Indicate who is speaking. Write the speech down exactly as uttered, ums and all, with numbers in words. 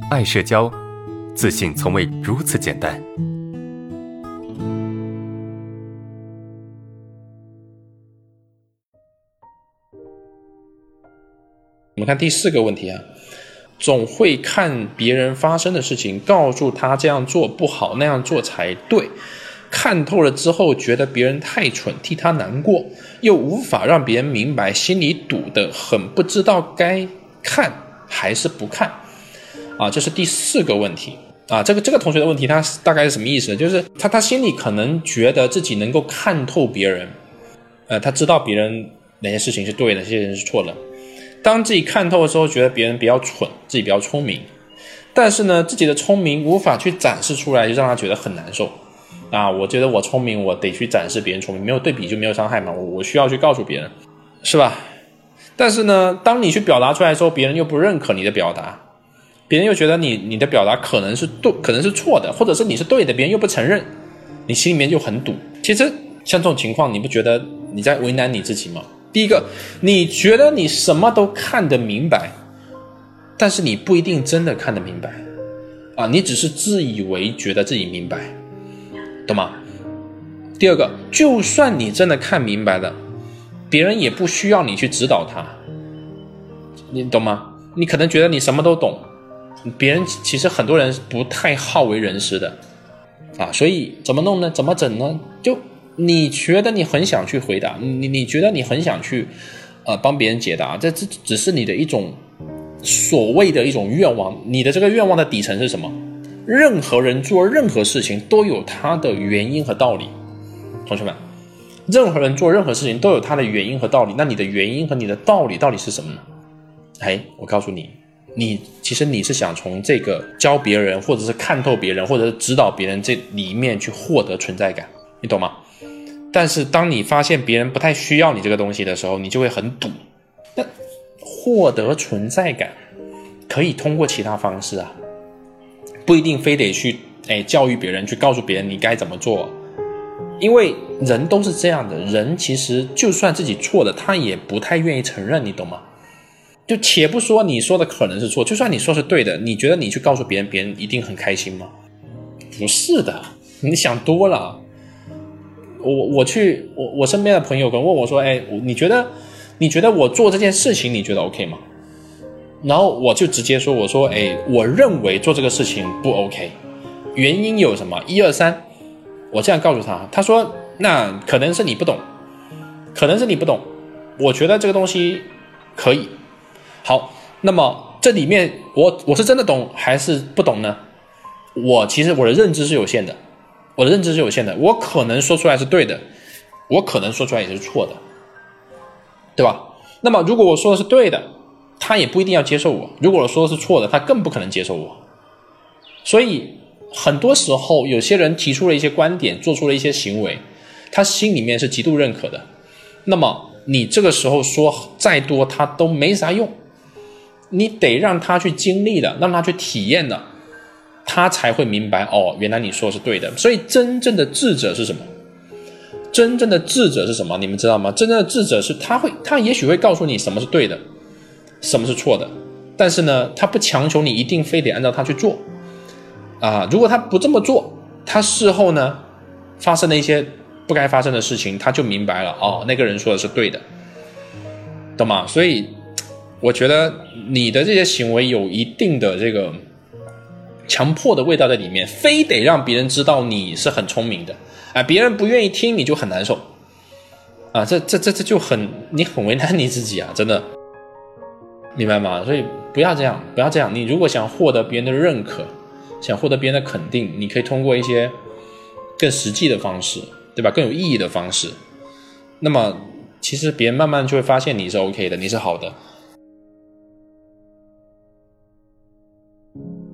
Speaker 1: 爱社交，自信从未如此简单。
Speaker 2: 我们看第四个问题啊，总会看别人发生的事情，告诉他这样做不好，那样做才对。看透了之后，觉得别人太蠢，替他难过，又无法让别人明白，心里堵得很，不知道该看还是不看啊。这是第四个问题啊。这个这个同学的问题，他大概是什么意思呢？就是他他心里可能觉得自己能够看透别人，呃，他知道别人哪些事情是对的，哪些人是错的。当自己看透的时候，觉得别人比较蠢，自己比较聪明，但是呢，自己的聪明无法去展示出来，就让他觉得很难受啊。我觉得我聪明，我得去展示别人聪明，没有对比就没有伤害嘛，我我需要去告诉别人，是吧？但是呢，当你去表达出来的时候，别人又不认可你的表达，别人又觉得你你的表达可能是对，可能是错的，或者是你是对的，别人又不承认，你心里面就很堵。其实像这种情况，你不觉得你在为难你自己吗？第一个，你觉得你什么都看得明白，但是你不一定真的看得明白啊，你只是自以为觉得自己明白，懂吗？第二个，就算你真的看明白了，别人也不需要你去指导他，你懂吗？你可能觉得你什么都懂，别人其实很多人不太好为人师的啊，所以怎么弄呢？怎么整呢？就你觉得你很想去回答，你你觉得你很想去呃帮别人解答，这这只是你的一种所谓的一种愿望。你的这个愿望的底层是什么？任何人做任何事情都有他的原因和道理，同学们，任何人做任何事情都有他的原因和道理。那你的原因和你的道理到底是什么呢？哎，我告诉你，你其实你是想从这个教别人，或者是看透别人，或者是指导别人这里面去获得存在感，你懂吗？但是当你发现别人不太需要你这个东西的时候，你就会很堵。那获得存在感可以通过其他方式啊，不一定非得去哎教育别人，去告诉别人你该怎么做。因为人都是这样的，人其实就算自己错的，他也不太愿意承认，你懂吗？就且不说你说的可能是错，就算你说是对的，你觉得你去告诉别人，别人一定很开心吗？不是的，你想多了。我我去我我身边的朋友跟问我说，哎，你觉得你觉得我做这件事情你觉得 OK 吗？然后我就直接说，我说，哎，我认为做这个事情不 OK， 原因有什么？一二三，我这样告诉他，他说，那可能是你不懂，可能是你不懂，我觉得这个东西可以。好，那么这里面我我是真的懂还是不懂呢？我其实我的认知是有限的。我的认知是有限的，我可能说出来是对的，我可能说出来也是错的，对吧？那么如果我说的是对的，他也不一定要接受我；如果我说的是错的，他更不可能接受我。所以很多时候，有些人提出了一些观点，做出了一些行为，他心里面是极度认可的，那么你这个时候说再多，他都没啥用，你得让他去经历了，让他去体验了，他才会明白，哦，原来你说的是对的。所以真正的智者是什么？真正的智者是什么？你们知道吗？真正的智者是他会，他也许会告诉你什么是对的，什么是错的，但是呢，他不强求你一定非得按照他去做啊。如果他不这么做，他事后呢发生了一些不该发生的事情，他就明白了，哦，那个人说的是对的，懂吗？所以我觉得你的这些行为有一定的这个强迫的味道在里面，非得让别人知道你是很聪明的啊，别人不愿意听你就很难受啊，这这这这就很你很为难你自己啊，真的，明白吗？所以不要这样，不要这样。你如果想获得别人的认可，想获得别人的肯定，你可以通过一些更实际的方式，对吧？更有意义的方式。那么其实别人慢慢就会发现你是 OK 的，你是好的。